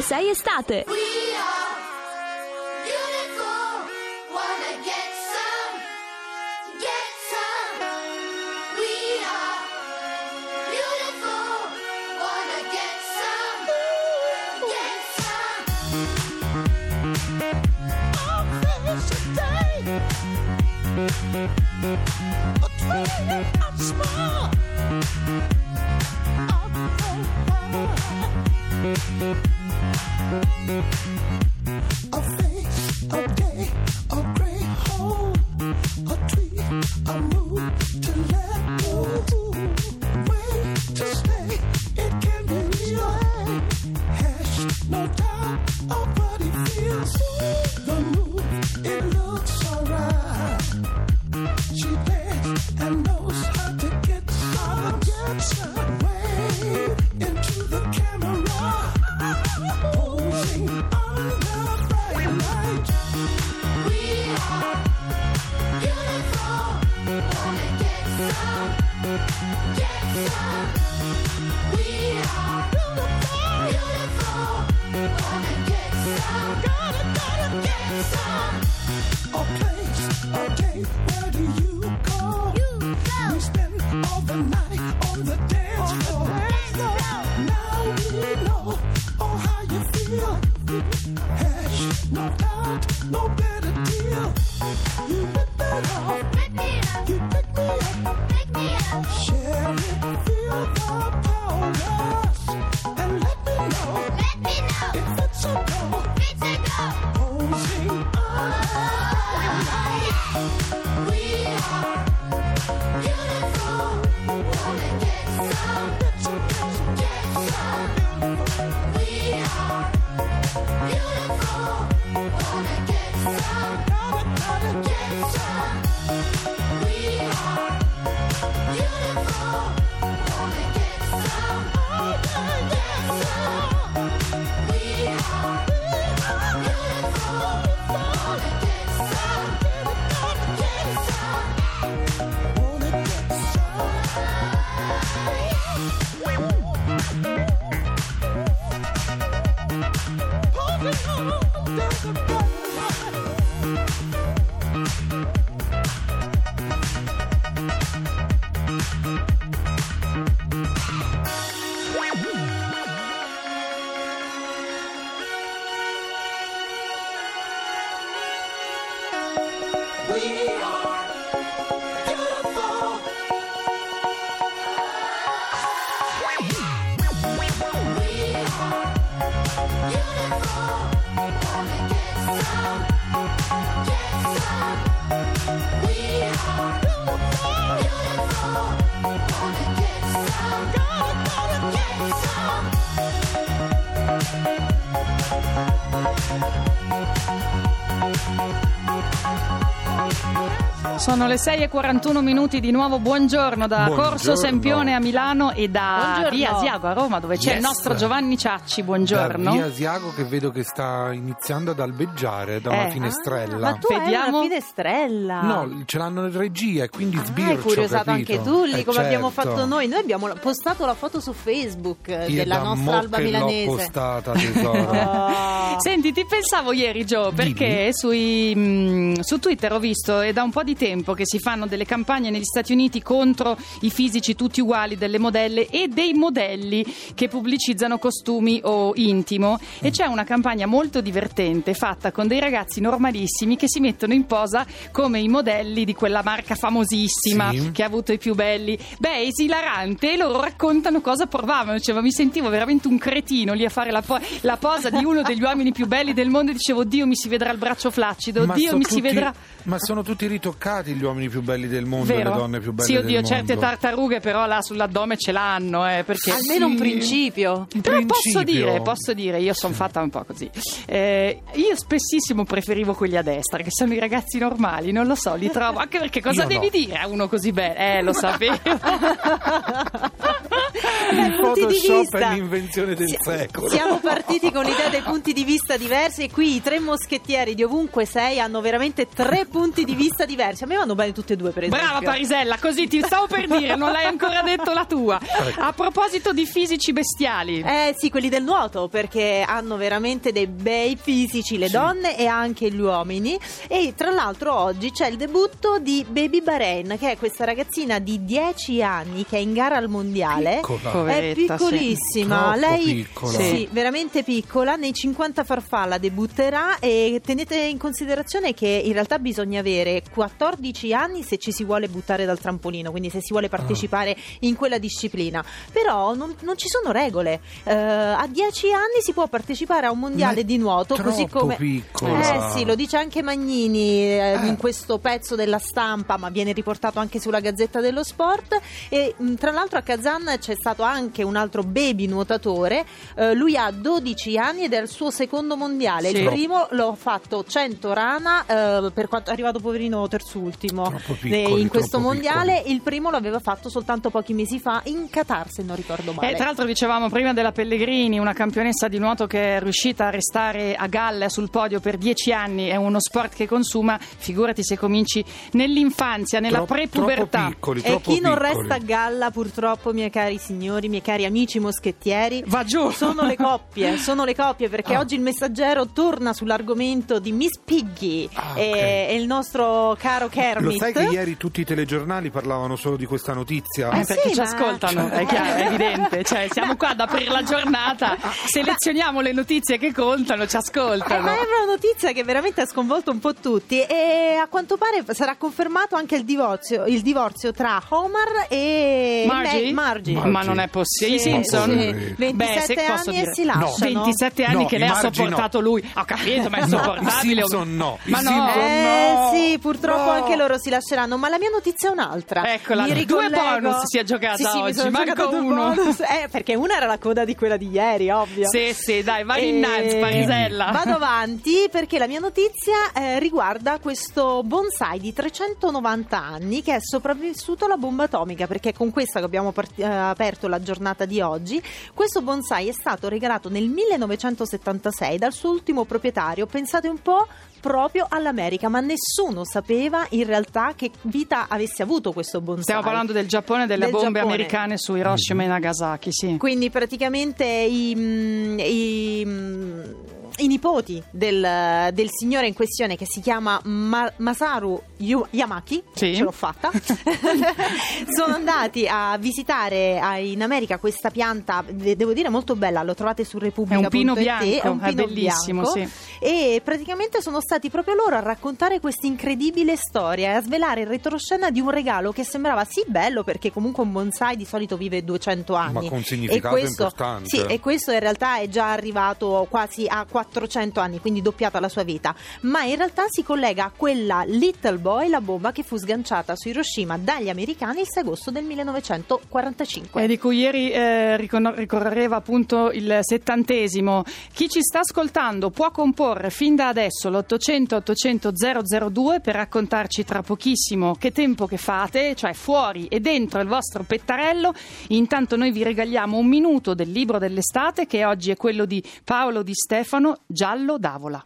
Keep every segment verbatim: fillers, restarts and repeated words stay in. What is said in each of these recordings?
sei Estate. A face, a day, a gray hole, a tree, a mood to let go. Way to stay, it can be right. Hash, no doubt of what he feels. The move, it looks alright. She dance and knows how to get some, get some. Way into the camera. Posing under bright light. We are beautiful. Wanna get some, get some. We are beautiful, beautiful. Wanna get some, gotta, gotta get some. A place, a day, where do you go? You go. We spend all the night on the dance floor. Now we know. Oh, how you feel? Hash, no doubt, no better deal. You rip it off, rip me up. You pick me up, pick me up. Share it, feel the power, and let me know, let me know if it's a go, it's a go. Posing under light. We are beautiful. Wanna get some, get some, get some. We are beautiful. Wanna get some, gotta, gotta get some. We are beautiful. Wanna get some, oh, gotta get some. We are beautiful. Wanna get some, gotta get some. Wanna get some. We are beautiful. We are beautiful. Wanna get some, get some. We are beautiful. Wanna get some, gotta, gotta get some. Sono le sei e quarantuno minuti, di nuovo buongiorno da Buongiorno. Corso Sempione a Milano e da Buongiorno. Via Asiago a Roma, dove c'è Yes. il nostro Giovanni Ciacci. Buongiorno. Da Via Asiago, che vedo che sta iniziando ad albeggiare da una Eh. finestrella. Ma tu hai Vediamo. una finestrella. No, ce l'hanno in regia e quindi sbircio, Ah, hai curiosato capito? anche tu lì Eh, come abbiamo certo. fatto noi. Noi abbiamo postato la foto su Facebook eh, Io della da nostra mo' Alba che milanese. l'ho postata, tesoro. Oh. Senti, ti pensavo ieri, Gio, perché Dimmi. sui, mh, su Twitter ho visto, è da un po' di tempo che si fanno delle campagne negli Stati Uniti contro i fisici tutti uguali delle modelle e dei modelli che pubblicizzano costumi o intimo, e c'è una campagna molto divertente fatta con dei ragazzi normalissimi che si mettono in posa come i modelli di quella marca famosissima Sì. che ha avuto i più belli. Beh, è esilarante, e loro raccontano cosa provavano. Diceva, mi sentivo veramente un cretino lì a fare la, po- la posa di uno degli uomini più belli del mondo, e dicevo, Dio, mi si vedrà il braccio flaccido, Ma Dio, so mi si tutti- vedrà. Ma sono tutti ritoccati gli uomini più belli del mondo, Vero? le donne più belle sì, del oddio, mondo. certe tartarughe però là sull'addome ce l'hanno, eh, perché Almeno un Sì. principio. Un Però posso principio. dire, posso dire, io sono fatta un po' così. Eh, io spessissimo preferivo quelli a destra, che sono i ragazzi normali, non lo so, li trovo. Anche perché cosa Io devi no. dire a uno così bello? Eh, lo sapevo. Beh, punti di Photoshop vista. è l'invenzione del Si- secolo. Siamo partiti con l'idea dei punti di vista diversi e qui i tre moschettieri di ovunque sei hanno veramente tre punti di vista diversi. A me vanno bene tutti e due, per esempio. Brava Parisella, così ti stavo per dire, non l'hai ancora detto la tua. A proposito di fisici bestiali. Eh sì, quelli del nuoto, perché hanno veramente dei bei fisici le donne e anche gli uomini. E tra l'altro oggi c'è il debutto di Baby Bahrain, che è questa ragazzina di dieci anni che è in gara al mondiale. Piccola. È Poveretta, piccolissima, sì. lei Troppo piccola. sì, veramente piccola, nei cinquanta farfalla debutterà e tenete in considerazione che in realtà bisogna avere quattordici anni se ci si vuole buttare dal trampolino, quindi se si vuole partecipare in quella disciplina, però non, non ci sono regole. Eh, a dieci anni si può partecipare a un mondiale Ma di nuoto, così troppo come piccola. eh sì, lo dice anche Magnini eh, in questo pezzo della Stampa, ma viene riportato anche sulla Gazzetta dello Sport. E mh, tra l'altro a Kazan c'è stato anche un altro baby nuotatore, eh, lui ha dodici anni ed è il suo secondo mondiale. Sì. Il primo l'ho fatto cento rana, eh, per quanto è arrivato poverino terzultimo Troppo eh, piccoli, in questo troppo mondiale. piccoli. Il primo l'aveva fatto soltanto pochi mesi fa in Qatar, se non ricordo male. E tra l'altro dicevamo prima della Pellegrini, una campionessa di nuoto che è riuscita a restare a galla sul podio per dieci anni. È uno sport che consuma, figurati se cominci nell'infanzia, nella Troppo- prepubertà. Troppo piccoli, E troppo chi non piccoli. resta a galla, purtroppo, miei cari signori, miei cari amici moschettieri, Va giù. sono le coppie, sono le coppie, perché Ah. oggi il Messaggero torna sull'argomento di Miss Piggy Ah, e, ok. e il nostro caro Kermit. Lo sai che ieri tutti i telegiornali parlavano solo di questa notizia? Eh, Eh perché sì, ci ma- ascoltano, è chiaro, è evidente. Cioè, siamo qua ad aprire la giornata, selezioniamo le notizie che contano, ci Eh, ascoltano. ma è una notizia che veramente ha sconvolto un po' tutti e a quanto pare sarà confermato anche il divorzio, il divorzio tra Homer e Margie? Ma- Margie. Margie. Ma non è possibile. I Sì, Simpson? sì. ventisette Beh, se posso anni dire. e si lasciano. ventisette anni No, che i lei ha Margie sopportato lui. Ho capito, ma è No, insopportabile. i Simpson no. I Ma no. Simpson Eh no. sì, purtroppo No. anche loro si lasceranno, ma la mia notizia è un'altra. Eccola, Mi due ricollego- bonus si è giocata Sì, sì, mi oggi, sono manco giocata due uno. bonus. Eh, perché una era la coda di quella di ieri, ovvio. Sì, sì, dai, vai E- innanzi, Parisella. Vado avanti perché la mia notizia eh, riguarda questo bonsai di trecentonovanta anni che è sopravvissuto alla bomba atomica, perché è con questa che abbiamo part- eh, aperto la giornata di oggi. Questo bonsai è stato regalato nel millenovecentosettantasei dal suo ultimo proprietario, pensate un po', proprio all'America, ma nessuno sapeva in realtà che vita avesse avuto questo bonsai. Stiamo parlando del Giappone e delle Del bombe Giappone. americane su Hiroshima e Nagasaki, sì. Quindi praticamente i, mm, i, mm, i nipoti del, del signore in questione, che si chiama Ma- Masaru Yu- Yamaki, Sì. ce l'ho fatta, sono andati a visitare a- in America questa pianta, de- devo dire molto bella, lo trovate su Repubblica. È un pino punto it, bianco, è un è pino bellissimo, bianco, sì. e praticamente sono stati proprio loro a raccontare questa incredibile storia e a svelare il retroscena di un regalo che sembrava sì bello, perché comunque un bonsai di solito vive duecento anni. Ma con E significato questo, importante. sì, e questo in realtà è già arrivato quasi a quattrocento anni, quindi doppiata la sua vita, ma in realtà si collega a quella Little Boy, la bomba che fu sganciata su Hiroshima dagli americani il sei agosto del millenovecentoquarantacinque. E di cui ieri eh, ricon- ricorreva appunto il settantesimo. Chi ci sta ascoltando può comporre fin da adesso l'ottocento ottocento zero zero due per raccontarci tra pochissimo che tempo che fate, cioè fuori e dentro il vostro pettarello. Intanto noi vi regaliamo un minuto del libro dell'estate, che oggi è quello di Paolo Di Stefano, Giallo d'Avola.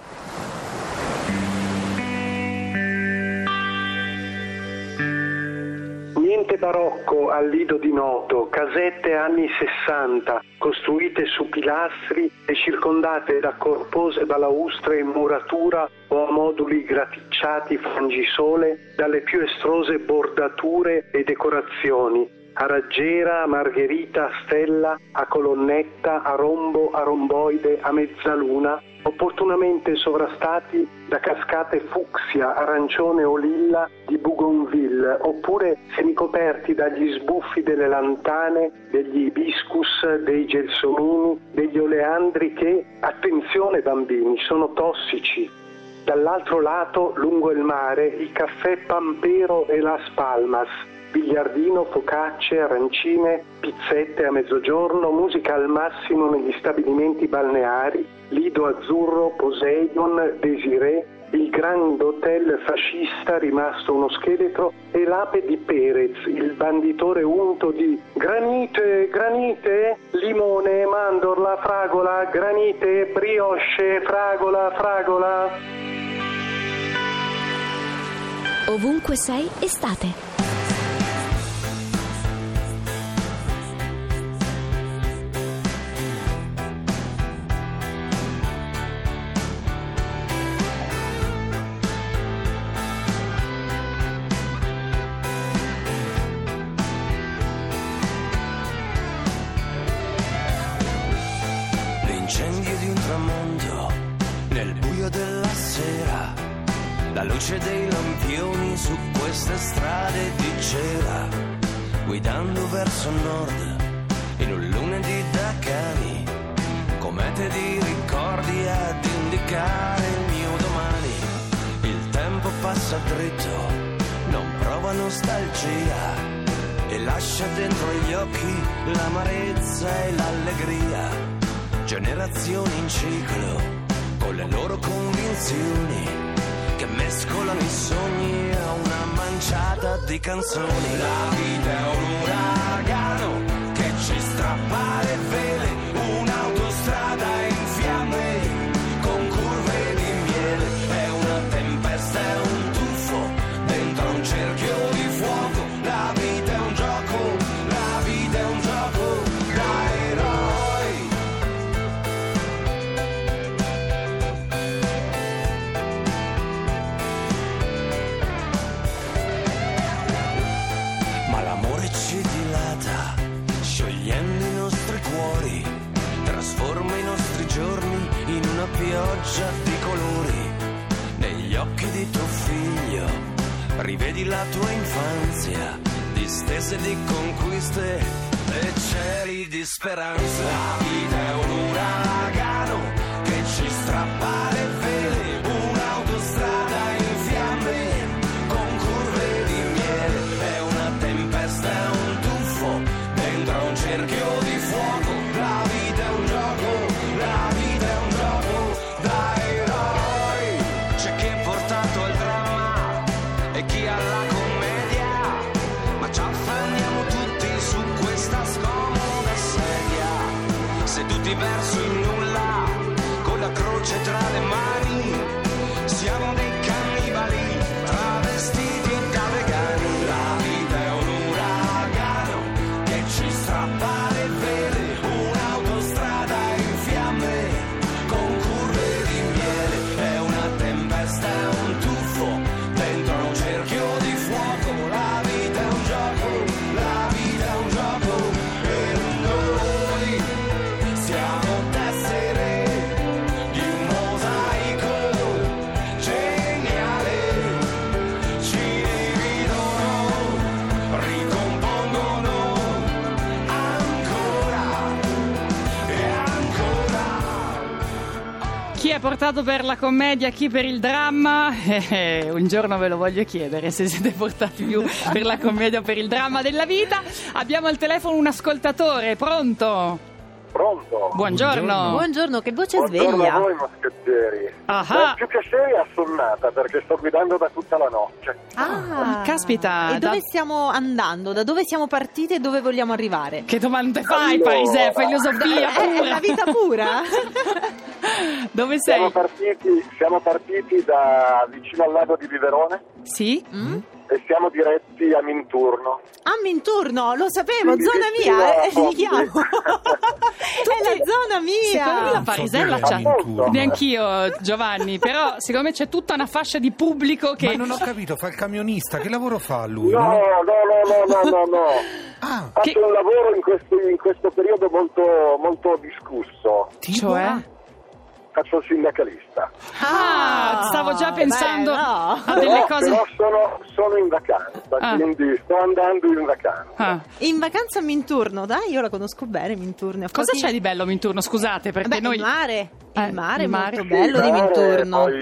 Niente barocco al lido di Noto, casette anni sessanta, costruite su pilastri e circondate da corpose balaustre in muratura o a moduli graticciati frangisole dalle più estrose bordature e decorazioni, a raggiera, a margherita, a stella, a colonnetta, a rombo, a romboide, a mezzaluna, opportunamente sovrastati da cascate fucsia, arancione o lilla di bougainville, oppure semicoperti dagli sbuffi delle lantane, degli ibiscus, dei gelsomini, degli oleandri che, attenzione bambini, sono tossici. Dall'altro lato, lungo il mare, il caffè Pampero e Las Palmas, biliardino, focacce, arancine, pizzette a mezzogiorno, musica al massimo negli stabilimenti balneari, Lido Azzurro, Poseidon, Desiré, il Grand Hotel fascista rimasto uno scheletro e l'ape di Perez, il banditore unto di granite, granite, limone, mandorla, fragola, granite, brioche, fragola, fragola. Ovunque sei, estate. L'incendio di un tramonto nel buio della sera, la luce dei lampioni su queste strade di cera, guidando verso nord in un lunedì da cani, comete di ricordi ad indicare il mio domani. Il tempo passa dritto, non prova nostalgia e lascia dentro gli occhi l'amarezza e l'allegria. Generazioni in ciclo con le loro convinzioni che mescolano i sogni a una manciata di canzoni. La vita è un uragano che ci strappa le vele, un'autostrada in fiamme con curve di miele. È una tempesta, è un tuffo dentro un cerchio di fuoco. La vita è un gioco, la vita è un gioco da eroi. Ma l'amore ci dilata, sciogliendo i nostri cuori, trasforma i nostri giorni in una pioggia di colori. Negli occhi di tuo figlio rivedi la tua infanzia, distese di conquiste e cieli di speranza. La vita è un uragano che ci strappa le vele, un'autostrada in fiamme con curve di miele. È una tempesta, è un tuffo dentro un cerchio di fuoco. La vita è un gioco, la vita è un gioco da eroi. C'è chi è portato al dramma e chi alla commedia, ma ci affanniamo tutti su questa scomoda sedia, seduti verso il nulla con la croce tra le mani. Siamo dei cannibali travestiti da vegani. La vita è un uragano che ci strappa le vele, un'autostrada in fiamme con curve di miele. È una tempesta, è un tuffo dentro un cerchio di fuoco. La vita è un gioco, la vita è un gioco per noi. Siamo tessere di un mosaico geniale, ci dividono, ricompongono ancora e ancora. Chi è portato per la commedia, chi per il dramma? Eh, un giorno ve lo voglio chiedere se siete portati più per la commedia o per il dramma della vita. Abbiamo al telefono un ascoltatore, pronto? Pronto? Buongiorno. Buongiorno, che voce Buongiorno sveglia. a voi moschettieri. Ah. Eh, più che seria assonnata perché sto guidando da tutta la notte. Ah, Caspita, E dove da- stiamo andando? Da dove siamo partiti e dove vogliamo arrivare? Che domande fai, Allora. Parisè? Filosofia È pura. la vita pura? Dove Siamo sei? partiti, siamo partiti da vicino al lago di Viverone Sì? Mm? e siamo diretti a Minturno. A Minturno, lo sapevo, Quindi zona vicino mia, a eh, mi Fondi. chiamo. È la zona Secondo me la mia. Parisella So dire c'ha. Minturno. Neanch'io, Giovanni, però secondo me c'è tutta una fascia di pubblico che. Ma non ho capito, fa il camionista, che lavoro fa lui? No, Non no, ho- no, no, no, no, no. Ah, Faccio Che- un lavoro in questo, in questo periodo molto, molto discusso. tipo? Cioè? Faccio il sindacalista. Ah, stavo già pensando beh, no. a delle Però, cose. però sono, sono in vacanza, Ah. quindi sto andando in vacanza. Ah. In vacanza a Minturno, dai, io la conosco bene Minturno. a Cosa pochi- c'è di bello a Minturno? Scusate, perché Beh, noi. il mare. Eh, Il mare il è mare. molto bello di Mare, Minturno. Poi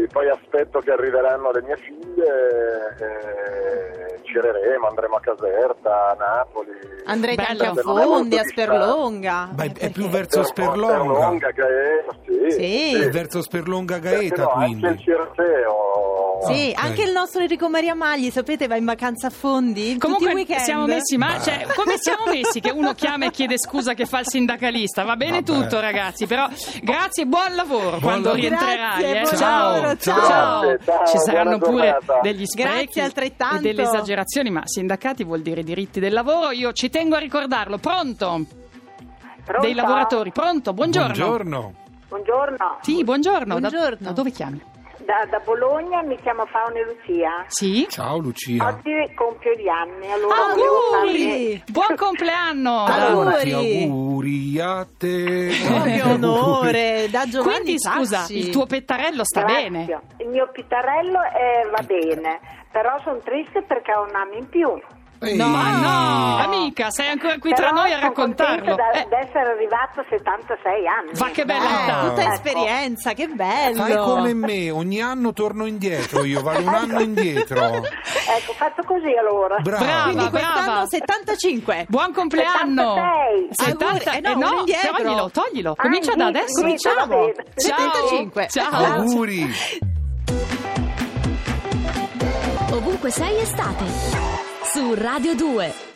poi aspetto che arriveranno le mie figlie e gireremo, andremo a Caserta, a Napoli. Andrete Bello. anche a Fondi, a Sperlonga. Beh, è Perché- più verso Sperlonga. Sperlonga, Gaeta, sì. Sì. È verso Sperlonga Perché Gaeta, no, quindi. anche il Circeo. Sì, ok. anche il nostro Enrico Maria Magli, sapete, va in vacanza a Fondi tutti i Comunque weekend. siamo messi, ma cioè, come siamo messi che uno chiama e chiede scusa che fa il sindacalista? Va bene Vabbè. tutto, ragazzi, però grazie e buon lavoro Buon quando lavoro. rientrerai. Grazie, eh. buon Ciao, lavoro, ciao. ciao. Grazie, ciao, Ci saranno buona pure giornata. degli sprechi Grazie altrettanto. e delle esagerazioni, ma sindacati vuol dire diritti del lavoro. Io ci tengo a ricordarlo. Pronto? Pronto? Dei lavoratori. Pronto? Buongiorno. Buongiorno. Buongiorno, Sì, buongiorno. Da- Buongiorno. Da, dove chiami? da, da Bologna, mi chiamo Faune Lucia. Sì? Ciao Lucia. Oggi compio gli anni, allora volevo fare... Auguri! Buon compleanno! Auguri. Tanti auguri a te. Oh, che onore, da Giovanni Quindi scusa, Sacci. il tuo pettarello sta Grazie. bene? Il mio pittarello eh, va bene, però sono triste perché ho un anno in più. Ehi. No, no, amica, sei ancora qui tra Però noi a sono raccontarlo. contenta da- Eh, d'essere arrivato a settantasei anni. va che bella Eh, età. tutta Ecco. esperienza, che bello. Fai come me, ogni anno torno indietro, io vado un anno indietro. Ecco, faccio così allora. Brava. Brava. Quindi quest'anno brava. settantacinque. Buon compleanno! settantasei. settanta Auguri. Eh no, eh no, uno indietro. toglilo, toglilo. Ah, Comincia da indietro, adesso. indietro, va Cominciamo. bene. Ciao. settantacinque. Ciao. Auguri. Ovunque sei estate. Su Radio due.